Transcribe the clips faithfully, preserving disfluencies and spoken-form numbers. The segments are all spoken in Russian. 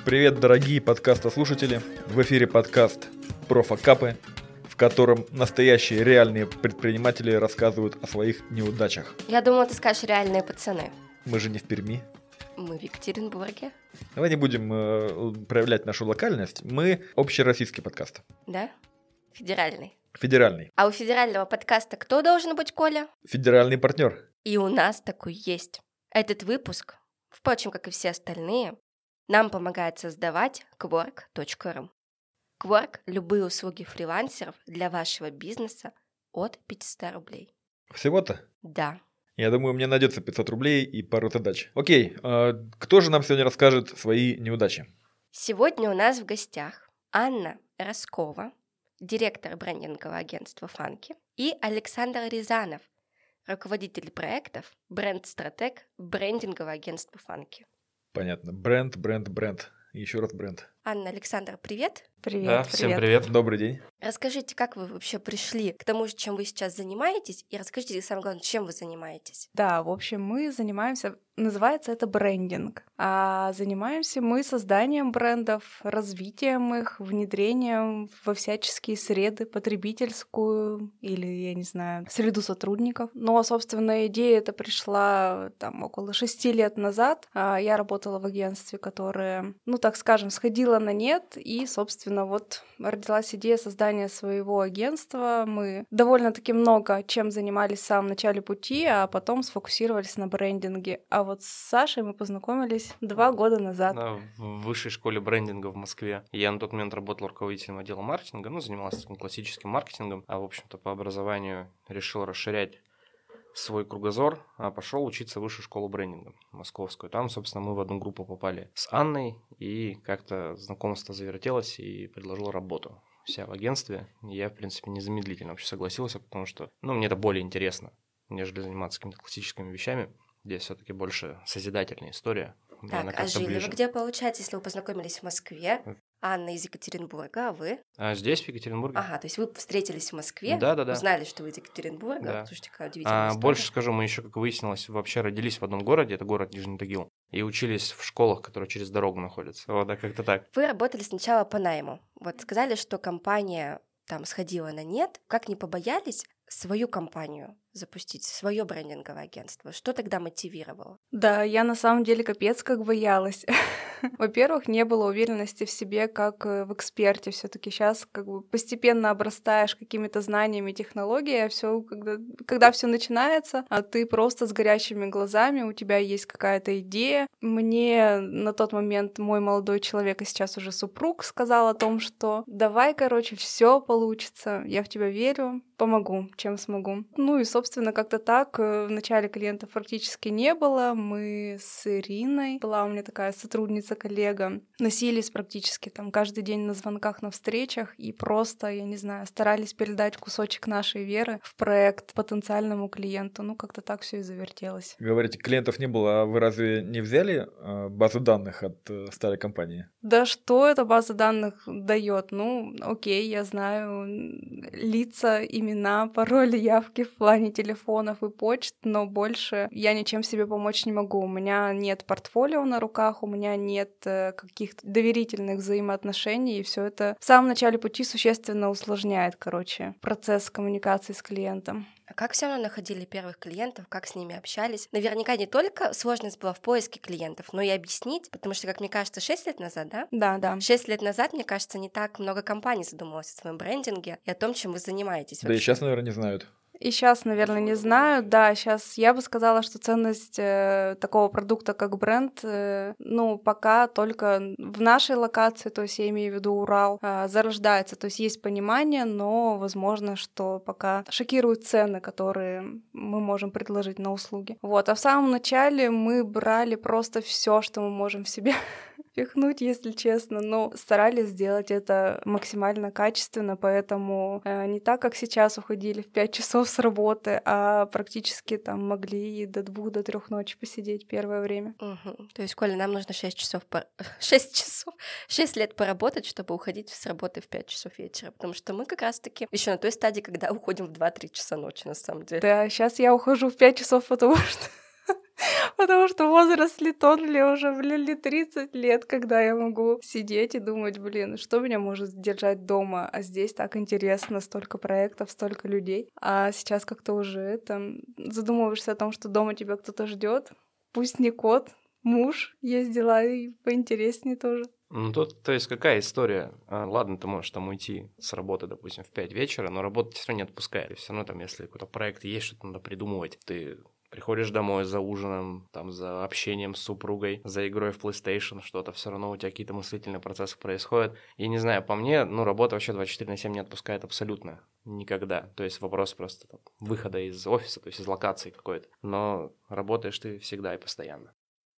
Привет, дорогие подкастослушатели! В эфире подкаст «Профокапы», в котором настоящие реальные предприниматели рассказывают о своих неудачах. Я думала, ты скажешь «реальные пацаны». Мы же не в Перми. Мы в Екатеринбурге. Давай не будем э, проявлять нашу локальность. Мы общероссийский подкаст. Да? Федеральный. Федеральный. А у федерального подкаста кто должен быть, Коля? Федеральный партнер. И у нас такой есть. Этот выпуск, впрочем, как и все остальные, нам помогает создавать кворк точка ру. Quark – любые услуги фрилансеров для вашего бизнеса от пятьсот рублей. Всего-то? Да. Я думаю, мне найдется пятьсот рублей и пару задач. Окей, э, кто же нам сегодня расскажет свои неудачи? Сегодня у нас в гостях Анна Роскова, директор брендингового агентства «Фанки», и Александр Рязанов, руководитель проектов, бренд-стратег брендингового агентства «Фанки». Понятно. Бренд, бренд, бренд. Еще раз бренд. Анна, Александр, привет. Привет, да, привет. всем привет. Добрый день. Расскажите, как вы вообще пришли к тому, чем вы сейчас занимаетесь, и расскажите, самое главное, чем вы занимаетесь. Да, в общем, мы занимаемся, называется это брендинг, а занимаемся мы созданием брендов, развитием их, внедрением во всяческие среды, потребительскую или, я не знаю, среду сотрудников. Но, собственно, идея эта пришла там около шести лет назад. Я работала в агентстве, которое, ну, так скажем, сходило на нет, и, собственно, вот родилась идея создания своего агентства. Мы довольно-таки много чем занимались в самом начале пути, а потом сфокусировались на брендинге. А вот с Сашей мы познакомились два года назад. Да, в высшей школе брендинга в Москве. Я на тот момент работал руководителем отдела маркетинга, ну, занимался таким классическим маркетингом, а, в общем-то, по образованию решил расширять свой кругозор, а пошел учиться в высшую школу брендинга московскую. Там, собственно, мы в одну группу попали с Анной, и как-то знакомство завертелось и предложил работу вся в агентстве. Я, в принципе, незамедлительно вообще согласился, потому что, ну, мне это более интересно, нежели заниматься какими-то классическими вещами. Здесь все-таки больше созидательная история. Так, а жили ближе. Вы где, получается, если вы познакомились в Москве? Анна из Екатеринбурга, а вы? А здесь, в Екатеринбурге. Ага, то есть вы встретились в Москве, да, да, да. узнали, что вы из Екатеринбурга. Да. Слушайте, какая удивительная а, история. Больше скажу, мы еще, как выяснилось, вообще родились в одном городе, это город Нижний Тагил, и учились в школах, которые через дорогу находятся. Вот, да, как-то так. Вы работали сначала по найму. Вот сказали, что компания там сходила на нет. Как не побоялись свою компанию запустить, свое брендинговое агентство? Что тогда мотивировало? Да, я на самом деле капец как боялась. Во-первых, не было уверенности в себе как в эксперте. Все-таки сейчас как бы постепенно обрастаешь какими-то знаниями, технологиями, все, когда, когда все начинается, а ты просто с горящими глазами, у тебя есть какая-то идея. Мне на тот момент мой молодой человек, а сейчас уже супруг, сказал о том, что давай, короче, все получится, я в тебя верю, помогу, чем смогу. Ну и, собственно, как-то так. В начале клиентов практически не было. Мы с Ириной, была у меня такая сотрудница-коллега, носились практически там каждый день на звонках, на встречах и просто, я не знаю, старались передать кусочек нашей веры в проект потенциальному клиенту. Ну, как-то так все и завертелось. Говорите, клиентов не было, а вы разве не взяли э, базу данных от э, старой компании? Да что эта база данных дает? Ну, окей, я знаю лица, имена, пароли, явки в плане телефонов и почт, но больше я ничем себе помочь не могу. У меня нет портфолио на руках, у меня нет э, каких-то доверительных взаимоотношений, и все это в самом начале пути существенно усложняет, короче, процесс коммуникации с клиентом. А как все равно находили первых клиентов, как с ними общались? Наверняка не только сложность была в поиске клиентов, но и объяснить, потому что, как мне кажется, шесть лет назад, да? Да, да. шесть лет назад, мне кажется, не так много компаний задумывалось о своем брендинге и о том, чем вы занимаетесь. Да вообще. И сейчас, наверное, не знают. И сейчас, наверное, не знаю. Да, сейчас я бы сказала, что ценность э, такого продукта, как бренд, э, ну, пока только в нашей локации, то есть я имею в виду Урал, э, зарождается. То есть есть понимание, но возможно, что пока шокируют цены, которые мы можем предложить на услуги. Вот. А в самом начале мы брали просто все, что мы можем в себе пихнуть, если честно, но старались сделать это максимально качественно, поэтому э, не так, как сейчас уходили в пять часов с работы, а практически там могли и до двух, до трех ночи посидеть первое время. Угу. То есть, Коля, нам нужно шесть часов, по... шесть часов, шесть лет поработать, чтобы уходить с работы в пять часов вечера, потому что мы как раз-таки еще на той стадии, когда уходим в два-три часа ночи, на самом деле. Да, сейчас я ухожу в пять часов, потому что Потому что возраст ли тот, ли уже, блин, ли тридцать лет, когда я могу сидеть и думать, блин, что меня может держать дома, а здесь так интересно, столько проектов, столько людей. А сейчас как-то уже там задумываешься о том, что дома тебя кто-то ждет, пусть не кот, муж, есть дела и поинтереснее тоже. Ну, тут, то есть, какая история? А, ладно, ты можешь там уйти с работы, допустим, в пять вечера, но работа тебя все равно не отпускает. И все равно там, если какой-то проект есть, что-то надо придумывать, ты приходишь домой за ужином, там, за общением с супругой, за игрой в PlayStation, что-то, все равно у тебя какие-то мыслительные процессы происходят. И не знаю, по мне, ну, работа вообще двадцать четыре на семь не отпускает абсолютно никогда. То есть вопрос просто там, выхода из офиса, то есть из локации какой-то. Но работаешь ты всегда и постоянно.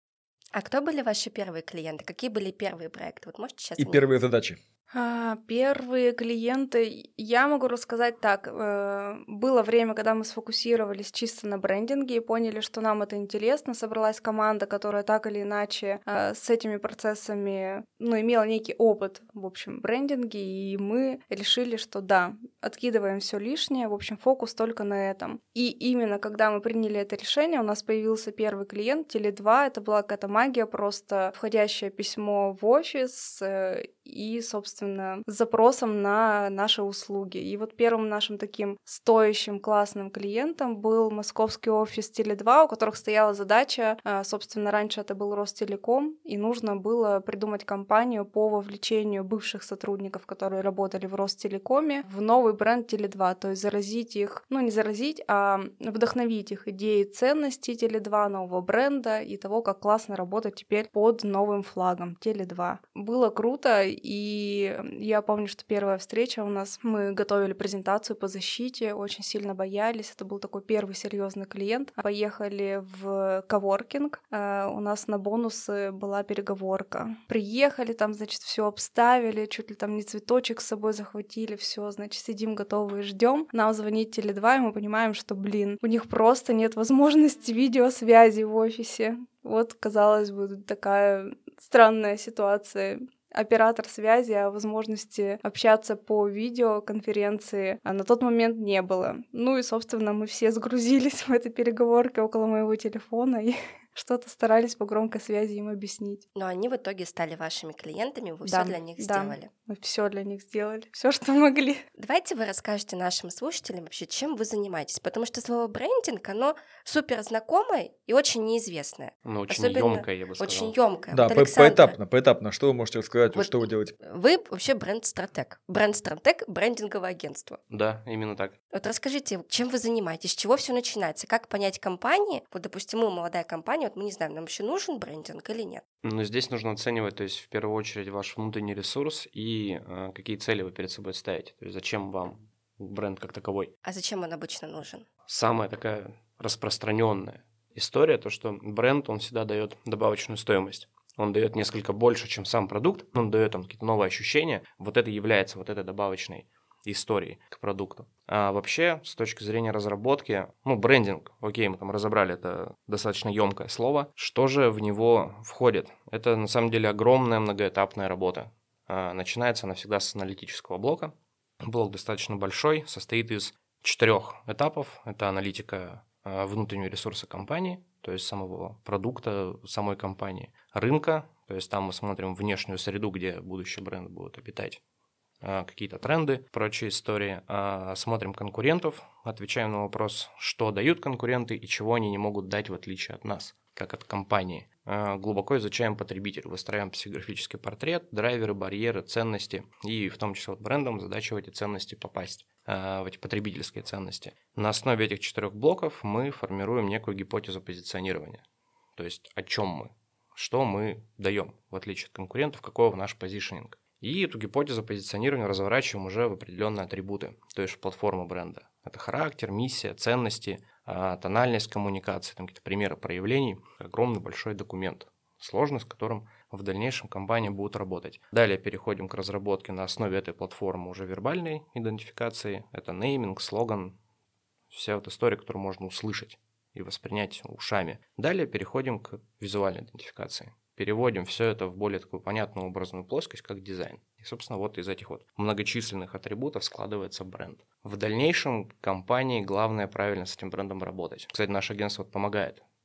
А кто были ваши первые клиенты? Какие были первые проекты? Вот можете сейчас И мне- первые задачи. А, Первые клиенты, я могу рассказать так. э, Было время, когда мы сфокусировались чисто на брендинге и поняли, что нам это интересно. Собралась команда, которая так или иначе э, с этими процессами, ну, имела некий опыт, в общем, в брендинге, и мы решили, что да, откидываем все лишнее, в общем, фокус только на этом. И именно когда мы приняли это решение, у нас появился первый клиент, Теле два, это была какая-то магия, просто входящее письмо в офис э, и, собственно, с запросом на наши услуги. И вот первым нашим таким стоящим классным клиентом был московский офис Теле два, у которых стояла задача, собственно, раньше это был Ростелеком, и нужно было придумать кампанию по вовлечению бывших сотрудников, которые работали в Ростелекоме, в новый бренд Теле два, то есть заразить их, ну не заразить, а вдохновить их идеи ценностей Теле два, нового бренда и того, как классно работать теперь под новым флагом Теле два. Было круто, и я помню, что первая встреча у нас, мы готовили презентацию по защите, очень сильно боялись, это был такой первый серьезный клиент. Поехали в коворкинг, у нас на бонусы была переговорка. Приехали, там, значит, все обставили, чуть ли там не цветочек с собой захватили, все, значит, сидим готовы и ждем. Нам звонит Теле два, и мы понимаем, что, блин, у них просто нет возможности видеосвязи в офисе. Вот, казалось бы, такая странная ситуация. Оператор связи, а возможности общаться по видеоконференции на тот момент не было. Ну и, собственно, мы все сгрузились в этой переговорке около моего телефона и что-то старались по громкой связи им объяснить. Но они в итоге стали вашими клиентами, вы Да, все для них да. сделали. Мы все для них сделали, все, что могли. Давайте вы расскажете нашим слушателям вообще, чем вы занимаетесь, потому что слово брендинг, оно супер знакомое и очень неизвестное. Ну, очень Особенно ёмкое, я бы сказал. Очень ёмкое. Да, Вот, по- Александра, поэтапно, поэтапно. Что вы можете сказать, Вот что вы делаете? Вы вообще бренд-стратег. Бренд-стратег — брендинговое агентство. Да, именно так. Вот расскажите, чем вы занимаетесь, с чего все начинается, как понять компании, вот, допустим, мы молодая компания, вот мы не знаем, нам вообще нужен брендинг или нет. Но здесь нужно оценивать, то есть в первую очередь ваш внутренний ресурс и э, какие цели вы перед собой ставите. То есть зачем вам бренд как таковой. А зачем он обычно нужен? Самая такая распространенная история, то что бренд, он всегда дает добавочную стоимость. Он дает несколько больше, чем сам продукт, он дает там какие-то новые ощущения. Вот это является вот этой добавочной историей к продукту. А вообще, с точки зрения разработки, ну, брендинг, окей, мы там разобрали, это достаточно емкое слово. Что же в него входит? Это на самом деле огромная многоэтапная работа. А, начинается она всегда с аналитического блока. Блок достаточно большой, состоит из четырех этапов. Это аналитика а, внутреннего ресурса компании, то есть самого продукта, самой компании, рынка, то есть там мы смотрим внешнюю среду, где будущий бренд будет обитать, какие-то тренды, прочие истории. Смотрим конкурентов, отвечаем на вопрос, что дают конкуренты и чего они не могут дать в отличие от нас, как от компании. Глубоко изучаем потребителя, выстраиваем психографический портрет, драйверы, барьеры, ценности, и в том числе вот брендом задача в эти ценности попасть, в эти потребительские ценности. На основе этих четырех блоков мы формируем некую гипотезу позиционирования. То есть о чем мы, что мы даем, в отличие от конкурентов, какой наш позиционинг. И эту гипотезу позиционирования разворачиваем уже в определенные атрибуты, то есть в платформу бренда. Это характер, миссия, ценности, тональность коммуникации, там какие-то примеры проявлений. Огромный большой документ, сложный, с которым в дальнейшем компания будет работать. Далее переходим к разработке на основе этой платформы уже вербальной идентификации. Это нейминг, слоган, вся вот история, которую можно услышать и воспринять ушами. Далее переходим к визуальной идентификации. Переводим все это в более такую понятную образную плоскость, как дизайн. И, собственно, вот из этих вот многочисленных атрибутов складывается бренд. В дальнейшем компании главное правильно с этим брендом работать. Кстати, наше агентство помогает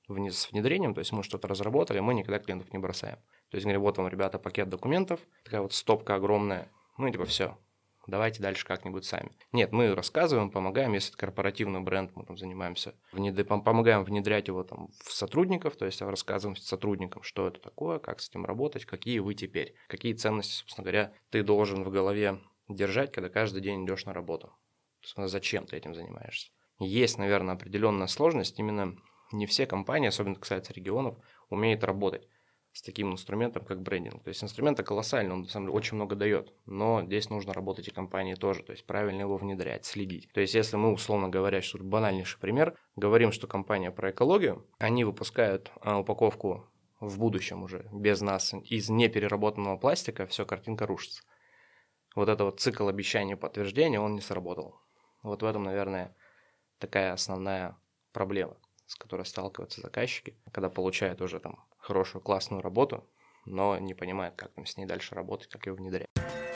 вниз с внедрением, то есть мы что-то разработали, мы никогда клиентов не бросаем. То есть говорим, вот вам, ребята, пакет документов, такая вот стопка огромная, ну и типа все, давайте дальше как-нибудь сами. Нет, мы рассказываем, помогаем, если это корпоративный бренд, мы там занимаемся, внед... помогаем внедрять его там в сотрудников, то есть рассказываем сотрудникам, что это такое, как с этим работать, какие вы теперь, какие ценности, собственно говоря, ты должен в голове держать, когда каждый день идешь на работу. То есть, зачем ты этим занимаешься? Есть, наверное, определенная сложность, именно не все компании, особенно касается регионов, умеют работать с таким инструментом, как брендинг. То есть инструмент колоссальный, он на самом деле очень много дает, но здесь нужно работать и компании тоже, то есть правильно его внедрять, следить. То есть если мы, условно говоря, что банальнейший пример, говорим, что компания про экологию, они выпускают а, упаковку в будущем уже без нас из непереработанного пластика, все, картинка рушится. Вот это вот цикл обещаний и подтверждения, он не сработал. Вот в этом, наверное, такая основная проблема, с которой сталкиваются заказчики, когда получают уже там хорошую, классную работу, но не понимают, как там с ней дальше работать, как ее внедрять.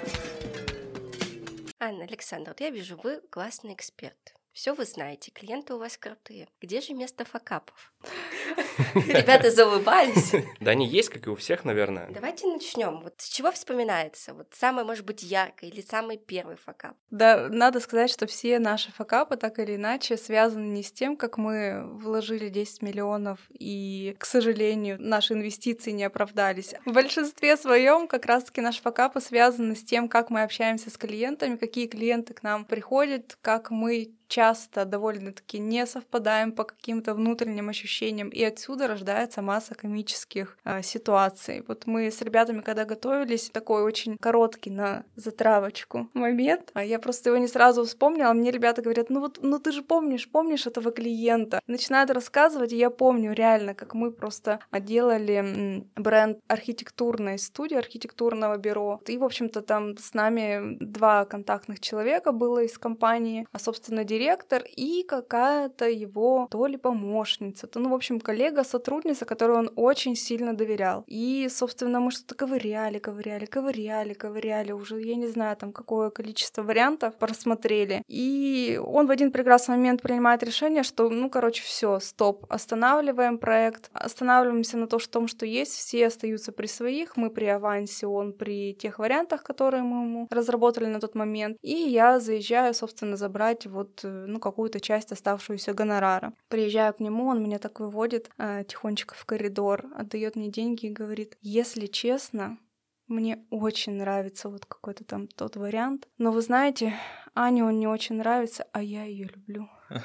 Анна, Александр, вот я вижу, вы классный эксперт. Все вы знаете, клиенты у вас крутые. Где же место факапов? Ребята заулыбались. Да они есть, как и у всех, наверное. Давайте начнем. Вот с чего вспоминается? Вот самый, может быть, яркий или самый первый факап? Да, надо сказать, что все наши факапы так или иначе связаны не с тем, как мы вложили десять миллионов и, к сожалению, наши инвестиции не оправдались. В большинстве своем как раз-таки наши факапы связаны с тем, как мы общаемся с клиентами, какие клиенты к нам приходят, как мы часто довольно-таки не совпадаем по каким-то внутренним ощущениям, и отсюда рождается масса комических э, ситуаций. Вот мы с ребятами, когда готовились, такой очень короткий на затравочку момент, а я просто его не сразу вспомнила, мне ребята говорят, ну вот, ну ты же помнишь, помнишь этого клиента? Начинают рассказывать, и я помню реально, как мы просто делали бренд архитектурной студии, архитектурного бюро, и, в общем-то, там с нами два контактных человека было из компании, а, собственно, директор директор и какая-то его то ли помощница, то, ну, в общем, коллега, сотрудница, которой он очень сильно доверял. И, собственно, мы что-то ковыряли, ковыряли, ковыряли, ковыряли, уже, я не знаю, там, какое количество вариантов просмотрели. И он в один прекрасный момент принимает решение, что, ну, короче, все, стоп, останавливаем проект, останавливаемся на то, что, том, что есть, все остаются при своих, мы при авансе, он при тех вариантах, которые мы ему разработали на тот момент. И я заезжаю, собственно, забрать вот ну, какую-то часть оставшуюся гонорара. Приезжаю к нему, он меня так выводит э, тихонечко в коридор, отдает мне деньги и говорит, если честно, мне очень нравится вот какой-то там тот вариант, но вы знаете, Ане он не очень нравится, а я ее люблю.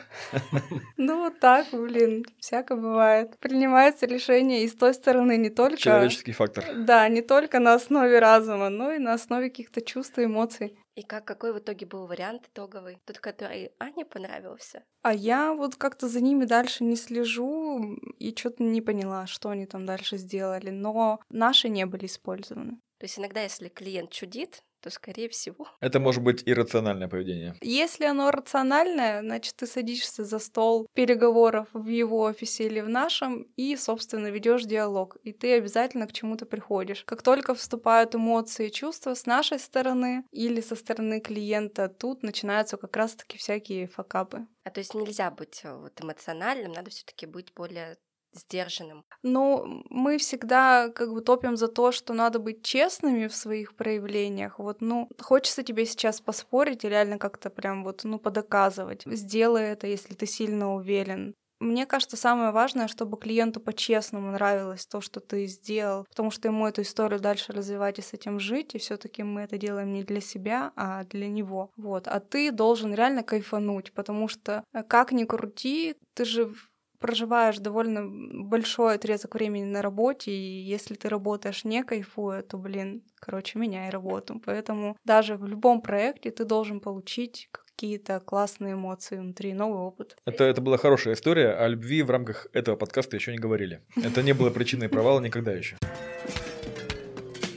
Ну вот так, блин, всяко бывает. Принимается решение и с той стороны не только... Человеческий фактор. Да, не только на основе разума, но и на основе каких-то чувств и эмоций. И как, какой в итоге был вариант итоговый? Тот, который Ане понравился? А я вот как-то за ними дальше не слежу и что-то не поняла, что они там дальше сделали, но наши не были использованы. То есть иногда, если клиент чудит, то, скорее всего... Это может быть иррациональное поведение. Если оно рациональное, значит, ты садишься за стол переговоров в его офисе или в нашем и, собственно, ведешь диалог, и ты обязательно к чему-то приходишь. Как только вступают эмоции и чувства с нашей стороны или со стороны клиента, тут начинаются как раз-таки всякие факапы. А то есть нельзя быть вот эмоциональным, надо все-таки быть более... сдержанным. Ну, мы всегда как бы топим за то, что надо быть честными в своих проявлениях. Вот, ну, хочется тебе сейчас поспорить и реально как-то прям вот, ну, подоказывать. Сделай это, если ты сильно уверен. Мне кажется, самое важное, чтобы клиенту по-честному нравилось то, что ты сделал, потому что ему эту историю дальше развивать и с этим жить, и все-таки мы это делаем не для себя, а для него. Вот. А ты должен реально кайфануть, потому что как ни крути, ты же проживаешь довольно большой отрезок времени на работе, и если ты работаешь не кайфуя, то, блин, короче, меняй работу. Поэтому даже в любом проекте ты должен получить какие-то классные эмоции внутри, новый опыт. Это, это была хорошая история, о любви в рамках этого подкаста еще не говорили. Это не было причиной провала никогда еще.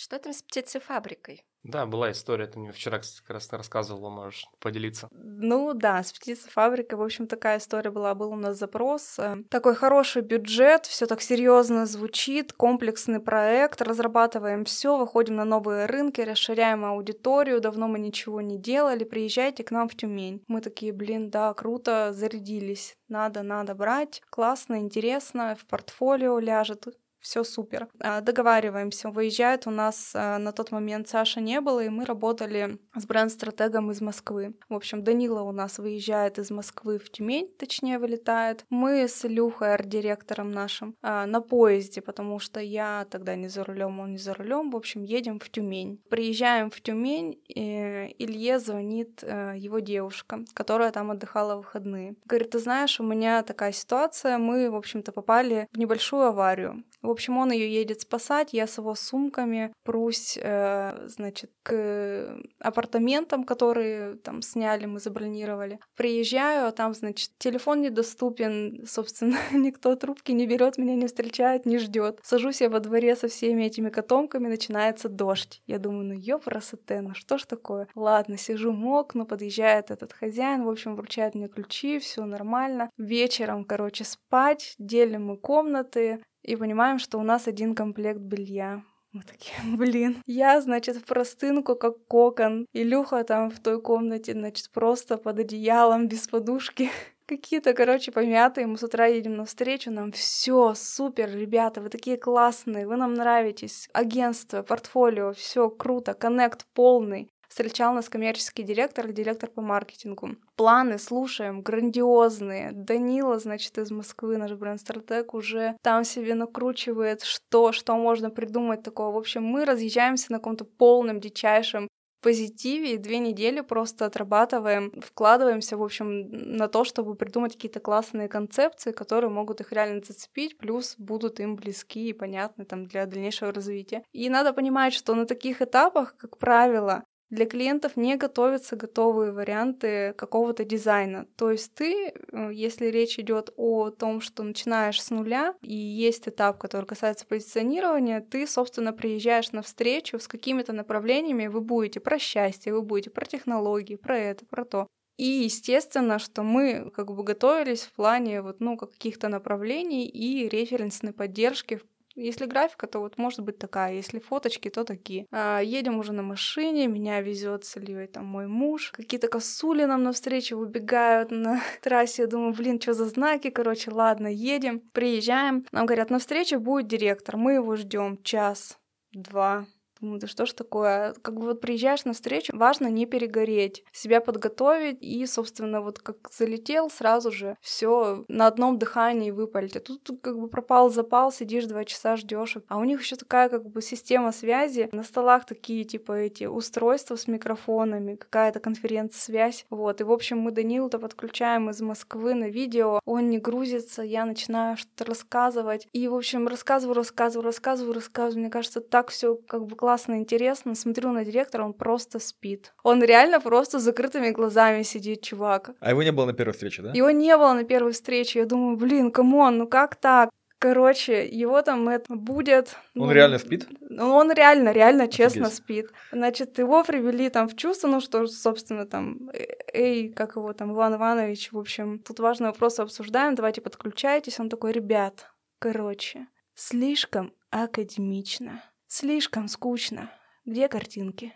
Что там с птицефабрикой? Да, была история, ты мне вчера, кстати, как раз рассказывала, можешь поделиться. Ну да, с птицефабрикой, в общем, такая история была. Был у нас запрос. э, Такой хороший бюджет, все так серьезно звучит, комплексный проект, разрабатываем все, выходим на новые рынки, расширяем аудиторию, давно мы ничего не делали, приезжайте к нам в Тюмень. Мы такие, блин, да, круто, зарядились, надо, надо брать, классно, интересно, в портфолио ляжет. Все супер. А, Договариваемся. Выезжает у нас а, на тот момент Саша не было, и мы работали с бренд-стратегом из Москвы. В общем, Данила у нас выезжает из Москвы в Тюмень, точнее, вылетает. Мы с Илюхой, арт-директором нашим, а, на поезде, потому что я тогда не за рулем, он не за рулем. В общем, едем в Тюмень. Приезжаем в Тюмень, и Илье звонит а, его девушка, которая там отдыхала в выходные. Говорит, ты знаешь, у меня такая ситуация, мы, в общем-то, попали в небольшую аварию. В общем, он ее едет спасать, я с его сумками прусь, э, значит, к апартаментам, которые там сняли, мы забронировали. Приезжаю, а там, значит, телефон недоступен, собственно, никто трубки не берет, меня не встречает, не ждет. Сажусь я во дворе со всеми этими котомками, начинается дождь. Я думаю, ну ёпрасоте, ну что ж такое? Ладно, сижу, мокну, подъезжает этот хозяин, в общем, вручает мне ключи, все нормально. Вечером, короче, спать, делим мы комнаты, и понимаем, что у нас один комплект белья. Мы такие, блин. Я, значит, в простынку, как кокон. Илюха там в той комнате, значит, просто под одеялом, без подушки. Какие-то, короче, помятые. Мы с утра едем навстречу, нам все супер, ребята, вы такие классные, вы нам нравитесь. Агентство, портфолио, все круто, коннект полный. Встречал нас коммерческий директор или директор по маркетингу. Планы слушаем, грандиозные. Данила, значит, из Москвы, наш бренд-стратег, уже там себе накручивает, что, что можно придумать такого. В общем, мы разъезжаемся на каком-то полном, дичайшем позитиве, и две недели просто отрабатываем, вкладываемся, в общем, на то, чтобы придумать какие-то классные концепции, которые могут их реально зацепить, плюс будут им близки и понятны там для дальнейшего развития. И надо понимать, что на таких этапах, как правило, для клиентов не готовятся готовые варианты какого-то дизайна. То есть ты, если речь идет о том, что начинаешь с нуля, и есть этап, который касается позиционирования, ты, собственно, приезжаешь на встречу с какими-то направлениями, вы будете про счастье, вы будете про технологии, про это, про то. И естественно, что мы как бы готовились в плане вот, ну, каких-то направлений и референсной поддержки. Если графика, то вот может быть такая, если фоточки, то такие. А, едем уже на машине, меня везет с Ильей там мой муж. Какие-то косули нам навстречу выбегают на трассе. Я думаю, блин, что за знаки? Короче, ладно, едем. Приезжаем. Нам говорят, на встрече будет директор. Мы его ждем час, два. Думаю, да что ж такое? Как бы вот приезжаешь на встречу, важно не перегореть, себя подготовить и, собственно, вот как залетел, сразу же все на одном дыхании выпалить. А тут как бы пропал запал, сидишь два часа, ждешь. А у них еще такая как бы система связи. На столах такие типа эти устройства с микрофонами, какая-то конференц-связь. Вот. И, в общем, мы Данилу-то подключаем из Москвы на видео. Он не грузится, я начинаю что-то рассказывать. И, в общем, рассказываю, рассказываю, рассказываю, рассказываю. Мне кажется, так все как бы классно, интересно. Смотрю на директора, он просто спит. Он реально просто с закрытыми глазами сидит, чувак. А его не было на первой встрече, да? Его не было на первой встрече. Я думаю, блин, камон, ну как так? Короче, его там это будет... Он ну, реально спит? Ну, он реально, реально, Офигеть. честно спит. Значит, его привели там в чувство, ну что, собственно, там, эй, как его там, Иван Иванович, в общем, тут важные вопросы обсуждаем, давайте подключайтесь. Он такой, ребят, короче, слишком академично. Слишком скучно. Где картинки?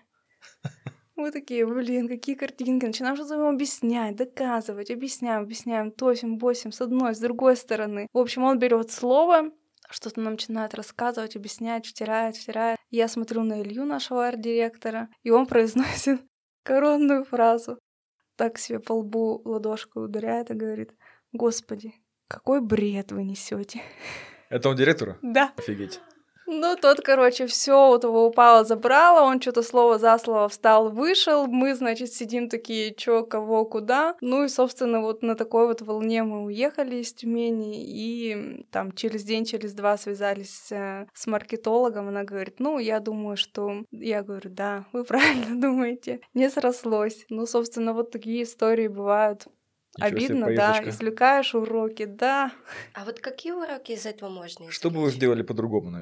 Мы такие, блин, какие картинки? Начинаем что-то ему объяснять, доказывать, объясняем, объясняем, тосим, босим, с одной, с другой стороны. В общем, он берет слово, что-то нам начинает рассказывать, объяснять, втирает, втирает. Я смотрю на Илью, нашего арт-директора, и он произносит коронную фразу. Так себе по лбу ладошкой ударяет и говорит, господи, какой бред вы несете. Это он директору? Да. Офигеть. Ну, тот, короче, все вот его упало, забрало, он что-то слово за слово встал, вышел, мы, значит, сидим такие, чё, кого, куда. Ну и, собственно, вот на такой вот волне мы уехали из Тюмени, и там через день, через два связались э, с маркетологом, она говорит, ну, я думаю, что... Я говорю, да, вы правильно думаете, не срослось. Ну, собственно, вот такие истории бывают. Ничего Обидно, себе, да, поездочка. извлекаешь уроки, да. А вот какие уроки из этого можно извлечь? Что бы вы сделали по-другому, наверное?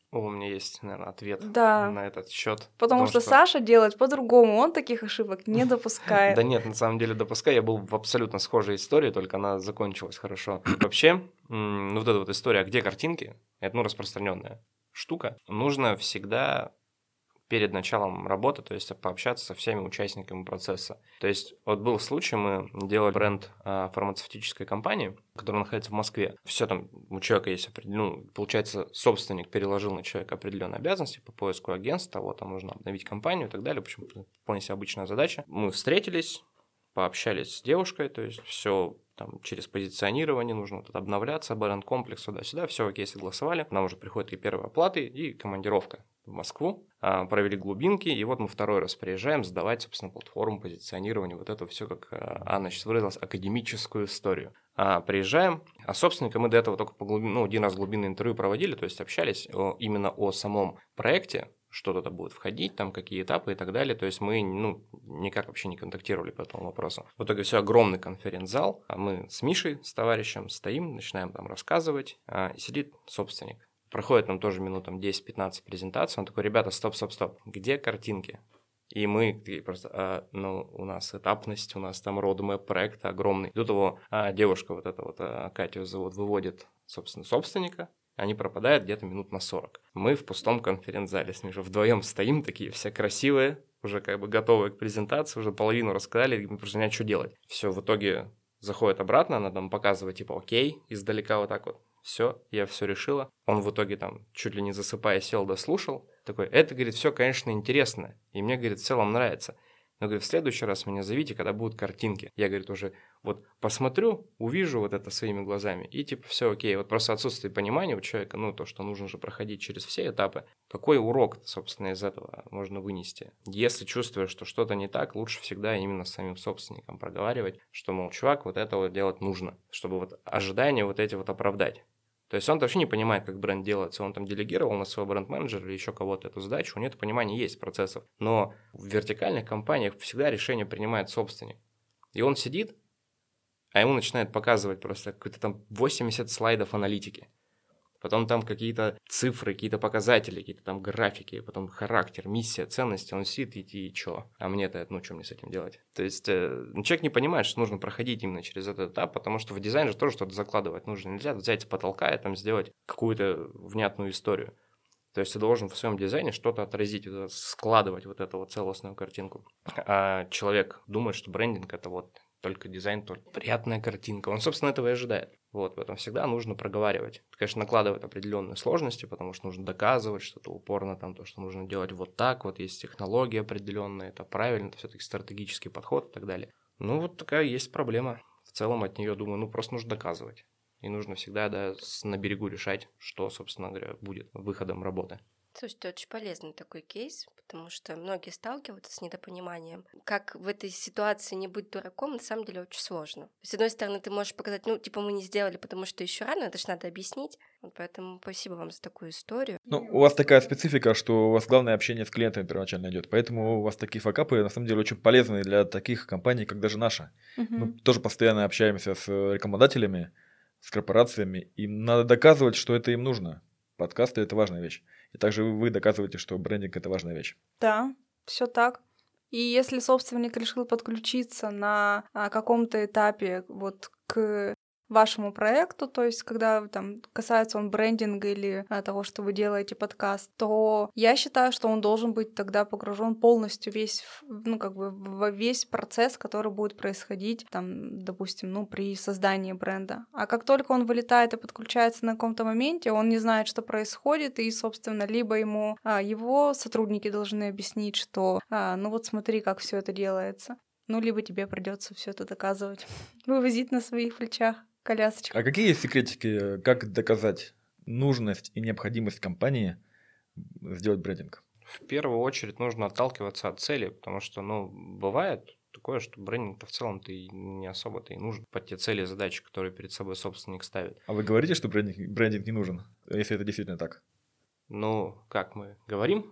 О, у меня есть, наверное, ответ Да. на этот счет. Потому что, Саша делает по-другому, он таких ошибок не допускает. Да нет, на самом деле допускаю, я был в абсолютно схожей истории, только она закончилась хорошо. Вообще, м, ну вот эта вот история, где картинки, это ну распространенная штука. Нужно всегда перед началом работы, то есть пообщаться со всеми участниками процесса. То есть вот был случай, мы делали бренд а, фармацевтической компании, которая находится в Москве. Все там у человека есть определенный, ну, получается, собственник переложил на человека определенные обязанности по поиску агентства, вот там нужно обновить компанию и так далее. В общем, вполне себе обычная задача. Мы встретились, пообщались с девушкой, то есть все там через позиционирование нужно вот обновляться, бренд-комплекс сюда-сюда, все окей, согласовали. Нам уже приходят и первые оплаты, и командировка в Москву, а, провели глубинки, и вот мы второй раз приезжаем сдавать, собственно, платформу позиционирования, вот это все, как Анна сейчас выразилась, академическую историю. А, приезжаем, а собственника мы до этого только по глубин, ну, один раз глубинное интервью проводили, то есть общались о, именно о самом проекте, что туда будет входить, там какие этапы и так далее. То есть мы ну, никак вообще не контактировали по этому вопросу. В итоге все огромный конференц-зал, а мы с Мишей, с товарищем стоим, начинаем там рассказывать, а, и сидит собственник. Проходит нам тоже минут там десять-пятнадцать презентаций, он такой: ребята, стоп-стоп-стоп, где картинки? И мы такие просто, а, ну, у нас этапность, у нас там roadmap проекта огромный. И тут его а, девушка, вот эта вот, а, Катю зовут, выводит, собственно, собственника. Они пропадают где-то минут на сорок. Мы в пустом конференц-зале с Мишей вдвоем стоим, такие все красивые, уже как бы готовые к презентации, уже половину рассказали, и мы просто не знаем, что делать. Все, в итоге заходит обратно, она там показывает, типа, окей, издалека вот так вот. Все, я все решила. Он в итоге там, чуть ли не засыпая, сел, дослушал. Такой: это, говорит, все, конечно, интересно. И мне, говорит, в целом нравится. Но, говорит, в следующий раз меня зовите, когда будут картинки. Я, говорит, уже вот посмотрю, увижу вот это своими глазами, и типа все окей. Вот просто отсутствие понимания у человека, ну, то, что нужно же проходить через все этапы. Какой урок, собственно, из этого можно вынести? Если чувствуешь, что что-то не так, лучше всегда именно с самим собственником проговаривать, что, мол, чувак, вот это вот делать нужно, чтобы вот ожидания вот эти вот оправдать. То есть он вообще не понимает, как бренд делается, он там делегировал на своего бренд-менеджера или еще кого-то эту задачу, у него это понимание есть процессов. Но в вертикальных компаниях всегда решение принимает собственник. И он сидит, а ему начинает показывать просто какой-то там восемьдесят слайдов аналитики. Потом там какие-то цифры, какие-то показатели, какие-то там графики, потом характер, миссия, ценности. Он сидит и, и чё? А мне-то, ну, что мне с этим делать? То есть э, человек не понимает, что нужно проходить именно через этот этап, потому что в дизайн же тоже что-то закладывать нужно. Нельзя взять с потолка и там сделать какую-то внятную историю. То есть ты должен в своем дизайне что-то отразить, складывать вот эту вот целостную картинку. А человек думает, что брендинг – это вот только дизайн, только приятная картинка. Он, собственно, этого и ожидает. Вот, поэтому всегда нужно проговаривать. Это, конечно, накладывает определенные сложности, потому что нужно доказывать что-то упорно, там, то, что нужно делать вот так, вот есть технология определенная, это правильно, это все-таки стратегический подход и так далее. Ну, вот такая есть проблема. В целом от нее, думаю, ну, просто нужно доказывать. И нужно всегда, да, на берегу решать, что, собственно говоря, будет выходом работы. Слушайте, очень полезный такой кейс, потому что многие сталкиваются с недопониманием. Как в этой ситуации не быть дураком, на самом деле очень сложно. С одной стороны, ты можешь показать, ну, типа, мы не сделали, потому что еще рано, это же надо объяснить. Вот поэтому спасибо вам за такую историю. Ну, у вас такая специфика, что у вас главное общение с клиентами первоначально идет, поэтому у вас такие факапы, на самом деле, очень полезны для таких компаний, как даже наша. Мгм. Мы тоже постоянно общаемся с рекламодателями, с корпорациями, им надо доказывать, что это им нужно. Подкасты – это важная вещь. И также вы доказываете, что брендинг – это важная вещь. Да, все так. И если собственник решил подключиться на а, каком-то этапе вот к вашему проекту, то есть когда там касается он брендинга или а, того, что вы делаете подкаст, то я считаю, что он должен быть тогда погружен полностью весь, в- ну как бы во весь процесс, который будет происходить там, допустим, ну при создании бренда. А как только он вылетает и подключается на каком-то моменте, он не знает, что происходит, и, собственно, либо ему а, его сотрудники должны объяснить, что, а, ну вот смотри, как все это делается. Ну, либо тебе придется все это доказывать, вывозить на своих плечах колясочку. А какие есть секретики, как доказать нужность и необходимость компании сделать брендинг? В первую очередь нужно отталкиваться от цели, потому что, ну, бывает такое, что брендинг-то в целом-то и не особо-то и нужен под те цели и задачи, которые перед собой собственник ставит. А вы говорите, что брендинг, брендинг не нужен, если это действительно так? Ну, как мы говорим,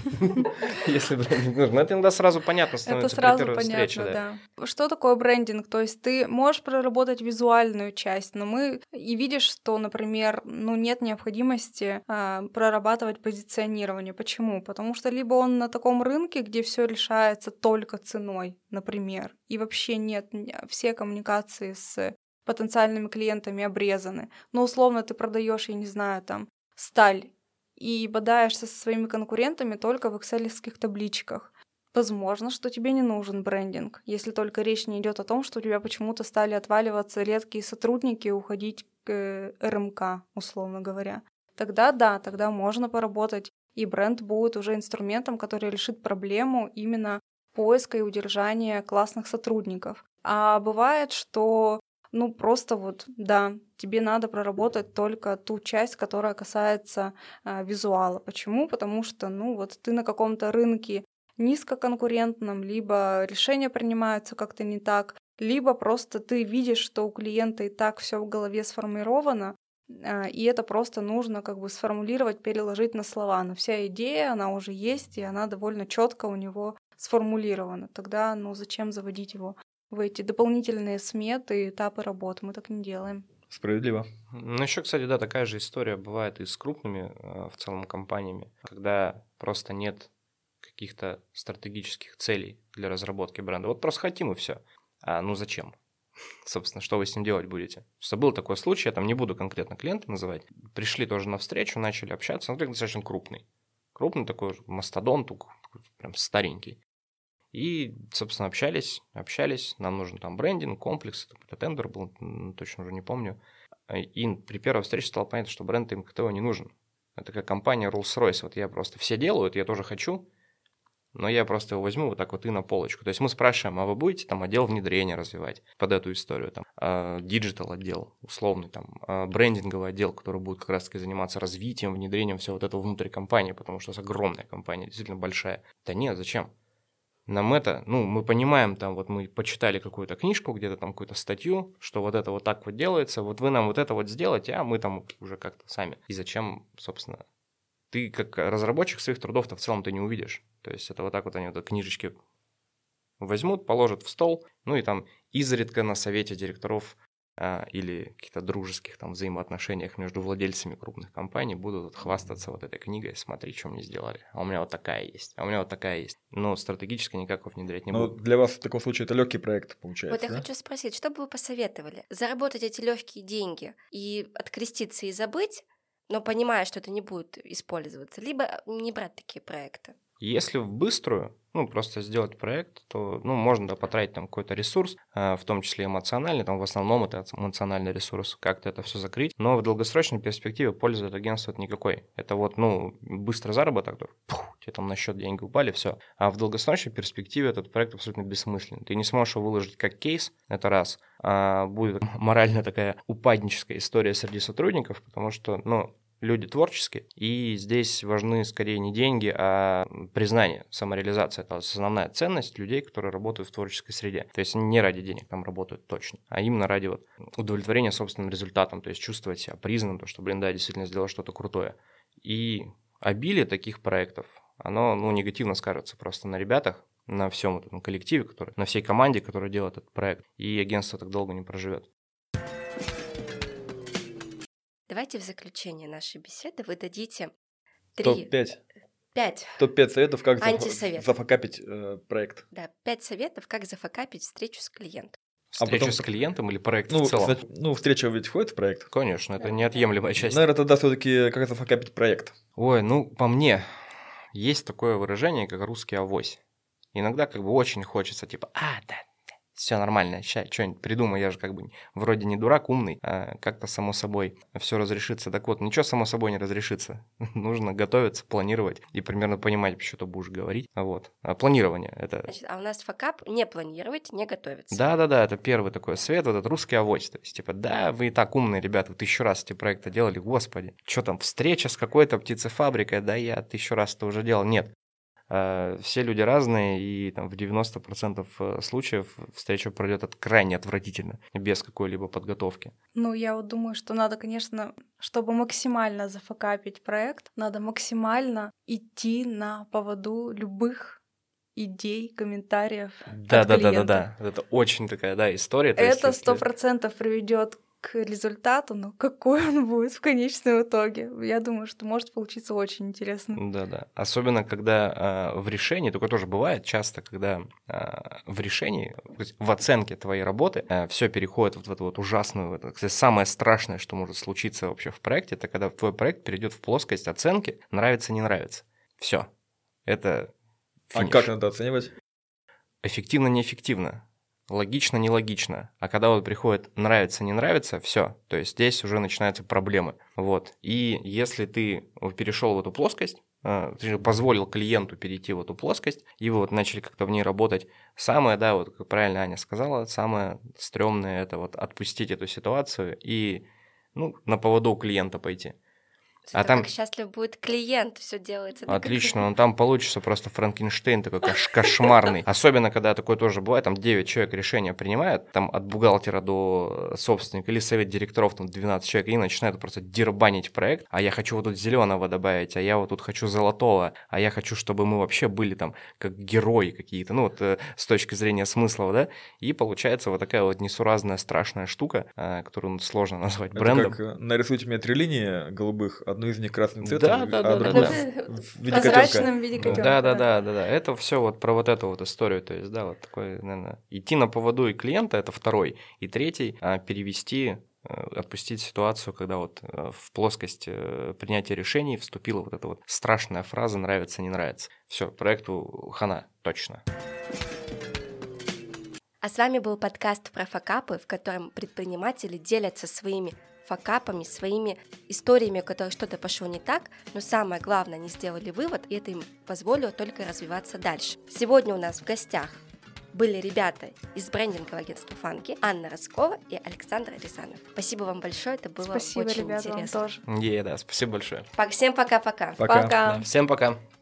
если брендинг нужен, это иногда сразу понятно становится Это сразу при первой понятно, встрече. да. Что такое брендинг? То есть ты можешь проработать визуальную часть, но мы и видишь, что, например, ну нет необходимости а, прорабатывать позиционирование. Почему? Потому что либо он на таком рынке, где все решается только ценой, например, и вообще нет, все коммуникации с потенциальными клиентами обрезаны. Но условно ты продаешь, я не знаю, там сталь и бодаешься со своими конкурентами только в экселевских табличках. Возможно, что тебе не нужен брендинг, если только речь не идет о том, что у тебя почему-то стали отваливаться редкие сотрудники и уходить к эр эм ка, условно говоря. Тогда да, тогда можно поработать, и бренд будет уже инструментом, который решит проблему именно поиска и удержания классных сотрудников. А бывает, что ну, просто вот, да, тебе надо проработать только ту часть, которая касается а, визуала. Почему? Потому что, ну, вот ты на каком-то рынке низкоконкурентном, либо решения принимаются как-то не так, либо просто ты видишь, что у клиента и так все в голове сформировано, а, и это просто нужно как бы сформулировать, переложить на слова. Но вся идея, она уже есть, и она довольно четко у него сформулирована. Тогда, ну, зачем заводить его в эти дополнительные сметы и этапы работы? Мы так не делаем. Справедливо. Ну, еще, кстати, да, такая же история бывает и с крупными в целом компаниями, когда просто нет каких-то стратегических целей для разработки бренда. Вот просто хотим и все. А ну зачем? Собственно, что вы с ним делать будете? Что был такой случай, я там не буду конкретно клиента называть. Пришли тоже на встречу, начали общаться. Он достаточно крупный. Крупный такой мастодонт, прям старенький. И, собственно, общались, общались. Нам нужен там брендинг, комплекс, это тендер был, точно уже не помню. И при первой встрече стало понятно, что бренд им ка тэ о не нужен. Это как компания Rolls-Royce. Вот я просто все делают, я тоже хочу, но я просто его возьму вот так вот и на полочку. То есть мы спрашиваем, а вы будете там отдел внедрения развивать под эту историю? Там диджитал отдел, условный, там брендинговый отдел, который будет как раз-таки заниматься развитием, внедрением всего вот этого внутри компании, потому что это огромная компания, действительно большая. Да нет, зачем? Нам это, ну, мы понимаем, там, вот мы почитали какую-то книжку, где-то там какую-то статью, что вот это вот так вот делается, вот вы нам вот это вот сделаете, а мы там уже как-то сами. И зачем, собственно, ты как разработчик своих трудов-то в целом ты не увидишь. То есть это вот так вот они вот книжечки возьмут, положат в стол, ну и там изредка на совете директоров а, или каких-то дружеских там взаимоотношениях между владельцами крупных компаний будут вот хвастаться вот этой книгой, смотри, что мне сделали, а у меня вот такая есть, а у меня вот такая есть. Но стратегически никак его внедрять не Но буду. для вас в таком случае это легкий проект получается, Вот я да? хочу спросить, что бы вы посоветовали? Заработать эти легкие деньги и откреститься и забыть, но понимая, что это не будет использоваться, либо не брать такие проекты? Если в быструю, ну, просто сделать проект, то, ну, можно, да, потратить там какой-то ресурс, в том числе эмоциональный, там в основном это эмоциональный ресурс, как-то это все закрыть, но в долгосрочной перспективе пользы от агентства никакой. Это вот, ну, быстрый заработок, то, пух, тебе там на счет деньги упали, все. А в долгосрочной перспективе этот проект абсолютно бессмысленный. Ты не сможешь его выложить как кейс, это раз, а будет морально такая упадническая история среди сотрудников, потому что, ну, люди творческие, и здесь важны скорее не деньги, а признание, самореализация. Это основная ценность людей, которые работают в творческой среде. То есть не ради денег там работают точно, а именно ради вот удовлетворения собственным результатом, то есть чувствовать себя признанным, то, что, блин, да, действительно сделал что-то крутое. И обилие таких проектов, оно, ну, негативно скажется просто на ребятах, на всем этом коллективе, который, на всей команде, которая делает этот проект, и агентство так долго не проживет. Давайте в заключение нашей беседы вы дадите три... топ пять. Пять. топ пять советов, как Антисоветов. зафакапить э, проект. Да, пять советов, как зафакапить встречу с клиентом. Встреча потом- с клиентом или проект Ну, в целом? зна- ну, встреча ведь входит в проект. Конечно, это неотъемлемая часть. Наверное, тогда все-таки как зафакапить проект. Ой, ну, по мне, есть такое выражение, как русский авось. Иногда как бы очень хочется, типа, а, да, все нормально, сейчас что-нибудь придумаю, я же как бы вроде не дурак, умный, а как-то само собой все разрешится. Так вот, ничего само собой не разрешится. Нужно готовиться, планировать и примерно понимать, что ты будешь говорить. Вот. А планирование — это... Значит, а у нас факап не планировать, не готовиться. Да-да-да, это первый такой свет, вот этот русский авось. То есть, типа, да, вы и так умные, ребята, вы тысячу раз эти проекты делали, господи. Что там, встреча с какой-то птицефабрикой, да, я тысячу раз это уже делал. Нет. э, все люди разные, и там в девяносто процентов случаев встреча пройдет от крайне отвратительно, без какой-либо подготовки. Ну, я вот думаю, что надо, конечно, чтобы максимально зафакапить проект, надо максимально идти на поводу любых идей, комментариев Да, от да, да, клиента. да, да. Это очень такая, да, история. То есть, Это если- сто процентов приведет к результату, но какой он будет в конечном итоге, я думаю, что может получиться очень интересно. Да, да. Особенно, когда э, в решении, такое тоже бывает часто, когда э, в решении, то есть в оценке твоей работы все переходит вот в эту вот ужасную, это, кстати, самое страшное, что может случиться вообще в проекте, это когда твой проект перейдет в плоскость оценки, нравится, не нравится. Все. Это А финиш. как надо оценивать? Эффективно, неэффективно. Логично, нелогично. А когда вот приходит нравится, не нравится, все. То есть здесь уже начинаются проблемы. Вот. И если ты перешел в эту плоскость, ты позволил клиенту перейти в эту плоскость, и вы вот начали как-то в ней работать, самое, да, вот как правильно Аня сказала, самое стрёмное — это вот отпустить эту ситуацию и, ну, на поводу у клиента пойти. А А там- как счастлив будет клиент, все делается. да, как- Отлично, но там получится просто Франкенштейн такой кош- кошмарный. Особенно, когда такое тоже бывает, там девять человек решения принимают, там от бухгалтера до собственника или совет директоров, там двенадцать человек, и начинают просто дербанить проект. А я хочу вот тут зеленого добавить, а я вот тут хочу золотого, а я хочу, чтобы мы вообще были там как герои какие-то, ну вот э, с точки зрения смыслов, да, и получается вот такая вот несуразная страшная штука, э, которую сложно назвать Это брендом. как э, нарисуйте мне три линии голубых, одну из них красным Да, цветом, да, а да, другую да, в- в виде Прозрачным котенка. в виде Да. котенка. Да, да, да, да, да. Это все вот про вот эту вот историю. То есть, да, вот такой, наверное, идти на поводу и клиента — это второй. И третий а, — перевести, э, отпустить ситуацию, когда вот э, в плоскость э, принятия решений вступила вот эта вот страшная фраза «нравится, не нравится». Все, проекту хана, точно. А с вами был подкаст про факапы, в котором предприниматели делятся своими факапами, своими историями, у которых что-то пошло не так, но самое главное, они сделали вывод, и это им позволило только развиваться дальше. Сегодня у нас в гостях были ребята из брендингового агентства «Фанки», Анна Роскова и Александр Рязанов. Спасибо вам большое, это было Спасибо, очень ребята, вам интересно. тоже. Е, да, спасибо большое. Пак- Всем пока-пока. Пока. Пока. Да, всем пока.